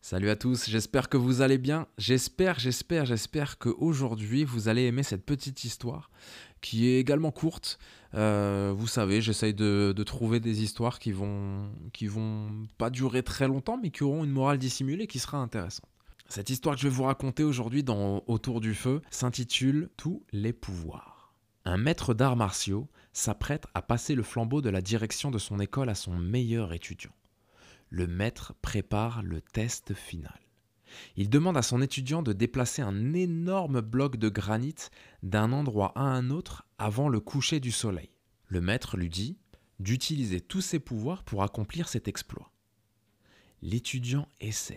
Salut à tous, j'espère que vous allez bien. J'espère qu'aujourd'hui vous allez aimer cette petite histoire qui est également courte. Vous savez, j'essaye de trouver des histoires qui vont pas durer très longtemps mais qui auront une morale dissimulée qui sera intéressante. Cette histoire que je vais vous raconter aujourd'hui dans Autour du feu s'intitule Tous les pouvoirs. Un maître d'arts martiaux s'apprête à passer le flambeau de la direction de son école à son meilleur étudiant. Le maître prépare le test final. Il demande à son étudiant de déplacer un énorme bloc de granit d'un endroit à un autre avant le coucher du soleil. Le maître lui dit d'utiliser tous ses pouvoirs pour accomplir cet exploit. L'étudiant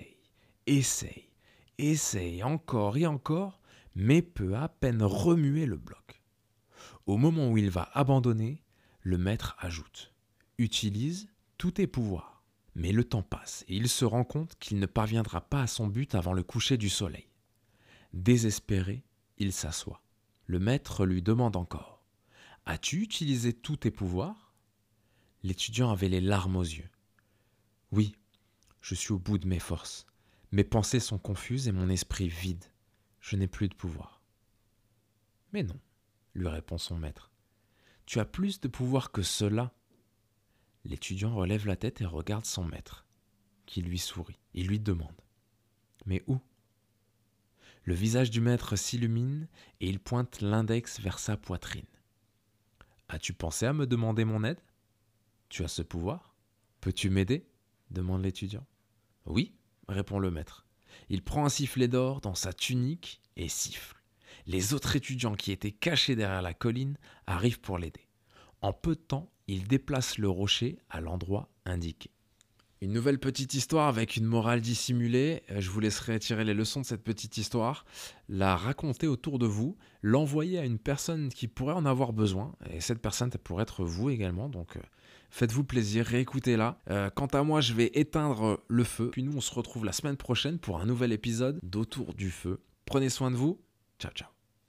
essaye encore et encore, mais peut à peine remuer le bloc. Au moment où il va abandonner, le maître ajoute « Utilise tous tes pouvoirs ». Mais le temps passe et il se rend compte qu'il ne parviendra pas à son but avant le coucher du soleil. Désespéré, il s'assoit. Le maître lui demande encore « As-tu utilisé tous tes pouvoirs ?» L'étudiant avait les larmes aux yeux. « Oui, je suis au bout de mes forces. Mes pensées sont confuses et mon esprit vide. Je n'ai plus de pouvoir. » « Mais non, » lui répond son maître. « Tu as plus de pouvoir que cela. » L'étudiant relève la tête et regarde son maître, qui lui sourit. Il lui demande « Mais où ?» Le visage du maître s'illumine et il pointe l'index vers sa poitrine. « As-tu pensé à me demander mon aide ? Tu as ce pouvoir ? Peux-tu m'aider ? » demande l'étudiant. « Oui, » répond le maître. Il prend un sifflet d'or dans sa tunique et siffle. Les autres étudiants qui étaient cachés derrière la colline arrivent pour l'aider. En peu de temps, il déplace le rocher à l'endroit indiqué. Une nouvelle petite histoire avec une morale dissimulée. Je vous laisserai tirer les leçons de cette petite histoire, la raconter autour de vous, l'envoyer à une personne qui pourrait en avoir besoin. Et cette personne, ça pourrait être vous également. Donc faites-vous plaisir, réécoutez-la. Quant à moi, je vais éteindre le feu. Puis nous, on se retrouve la semaine prochaine pour un nouvel épisode d'Autour du feu. Prenez soin de vous. Ciao, ciao.